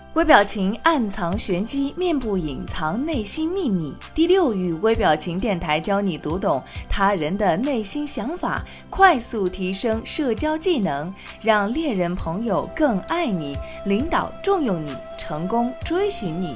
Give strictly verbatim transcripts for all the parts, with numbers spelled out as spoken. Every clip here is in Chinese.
微表情暗藏玄机，面部隐藏内心秘密。第六域微表情电台教你读懂他人的内心想法，快速提升社交技能，让恋人朋友更爱你，领导重用你，成功追寻你。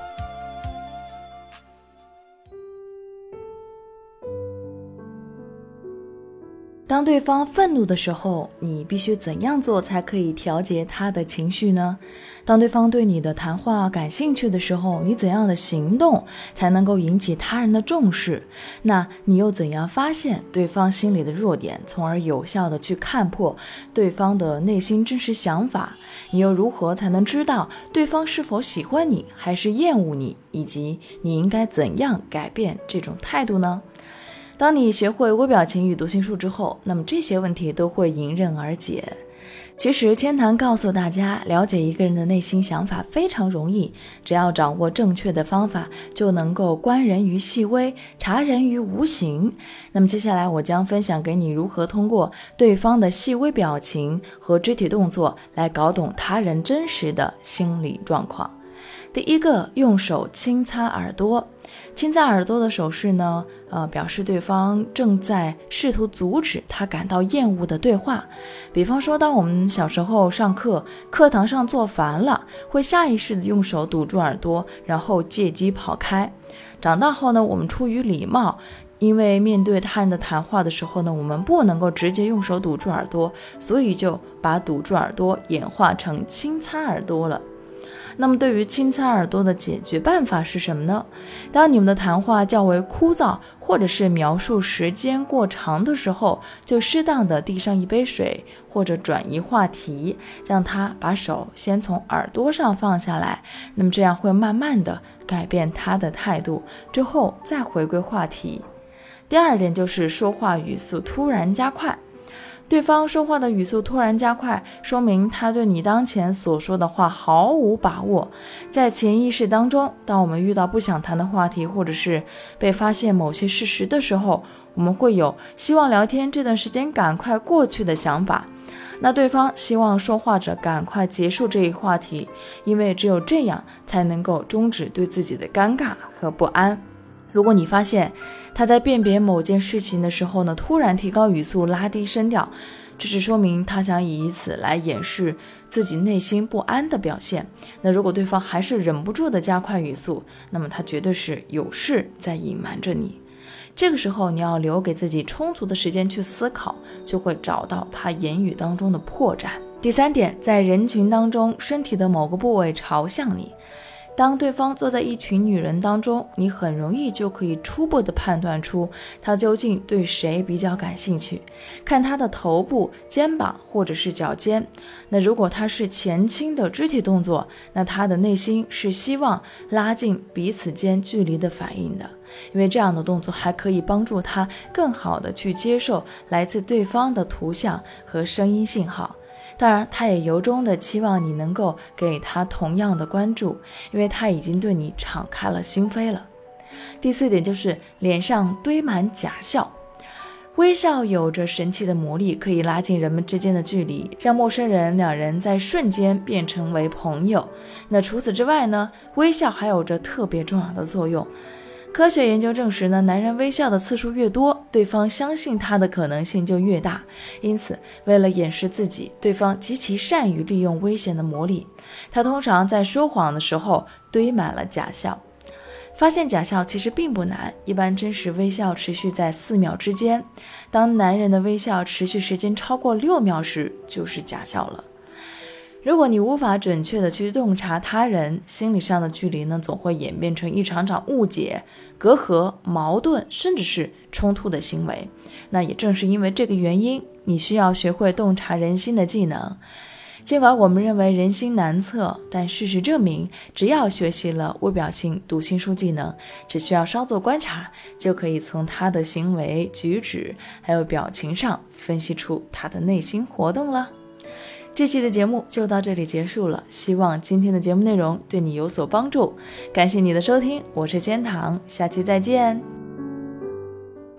当对方愤怒的时候，你必须怎样做才可以调节他的情绪呢？当对方对你的谈话感兴趣的时候，你怎样的行动才能够引起他人的重视？那你又怎样发现对方心里的弱点，从而有效的去看破对方的内心真实想法？你又如何才能知道对方是否喜欢你，还是厌恶你，以及你应该怎样改变这种态度呢？当你学会微表情与读心术之后，那么这些问题都会迎刃而解。其实千谈告诉大家，了解一个人的内心想法非常容易，只要掌握正确的方法，就能够观人于细微，察人于无形。那么接下来我将分享给你如何通过对方的细微表情和肢体动作来搞懂他人真实的心理状况。第一个，用手轻擦耳朵。轻擦耳朵的手势呢，呃，表示对方正在试图阻止他感到厌恶的对话。比方说，当我们小时候上课，课堂上坐烦了，会下意识的用手堵住耳朵，然后借机跑开。长大后呢，我们出于礼貌，因为面对他人的谈话的时候呢，我们不能够直接用手堵住耳朵，所以就把堵住耳朵演化成轻擦耳朵了。那么对于轻擦耳朵的解决办法是什么呢？当你们的谈话较为枯燥，或者是描述时间过长的时候，就适当的递上一杯水，或者转移话题，让他把手先从耳朵上放下来，那么这样会慢慢的改变他的态度，之后再回归话题。第二点就是说话语速突然加快。对方说话的语速突然加快，说明他对你当前所说的话毫无把握。在潜意识当中，当我们遇到不想谈的话题，或者是被发现某些事实的时候，我们会有希望聊天这段时间赶快过去的想法。那对方希望说话者赶快结束这一话题，因为只有这样才能够终止对自己的尴尬和不安。如果你发现他在辨别某件事情的时候呢，突然提高语速，拉低声调，这是说明他想以此来掩饰自己内心不安的表现。那如果对方还是忍不住的加快语速，那么他绝对是有事在隐瞒着你。这个时候你要留给自己充足的时间去思考，就会找到他言语当中的破绽。第三点，在人群当中，身体的某个部位朝向你。当对方坐在一群女人当中，你很容易就可以初步的判断出他究竟对谁比较感兴趣，看他的头部、肩膀或者是脚尖。那如果他是前倾的肢体动作，那他的内心是希望拉近彼此间距离的反应的，因为这样的动作还可以帮助他更好的去接受来自对方的图像和声音信号。当然，他也由衷的期望你能够给他同样的关注，因为他已经对你敞开了心扉了。第四点就是脸上堆满假笑。微笑有着神奇的魔力，可以拉近人们之间的距离，让陌生人两人在瞬间变成为朋友。那除此之外呢，微笑还有着特别重要的作用。科学研究证实呢，男人微笑的次数越多，对方相信他的可能性就越大。因此，为了掩饰自己，对方极其善于利用危险的魔力。他通常在说谎的时候堆满了假笑。发现假笑其实并不难，一般真实微笑持续在四秒之间。当男人的微笑持续时间超过六秒时，就是假笑了。如果你无法准确的去洞察他人，心理上的距离呢，总会演变成一场场误解、隔阂、矛盾，甚至是冲突的行为。那也正是因为这个原因，你需要学会洞察人心的技能。尽管我们认为人心难测，但事实证明，只要学习了微表情读心术技能，只需要稍作观察，就可以从他的行为举止还有表情上分析出他的内心活动了。这期的节目就到这里结束了，希望今天的节目内容对你有所帮助。感谢你的收听，我是千堂，下期再见。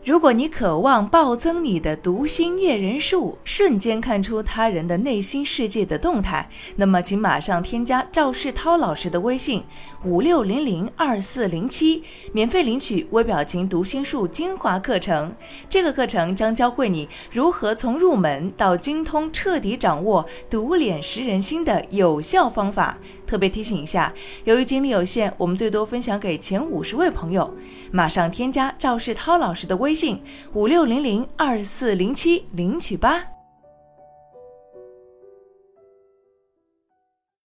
如果你渴望暴增你的读心阅人数，瞬间看出他人的内心世界的动态，那么请马上添加赵世涛老师的微信五六零零二四零七，免费领取微表情读心术精华课程。这个课程将教会你如何从入门到精通，彻底掌握读脸识人心的有效方法。特别提醒一下，由于精力有限，我们最多分享给前五十位朋友。马上添加赵世涛老师的微信五六零零二四零七领取吧。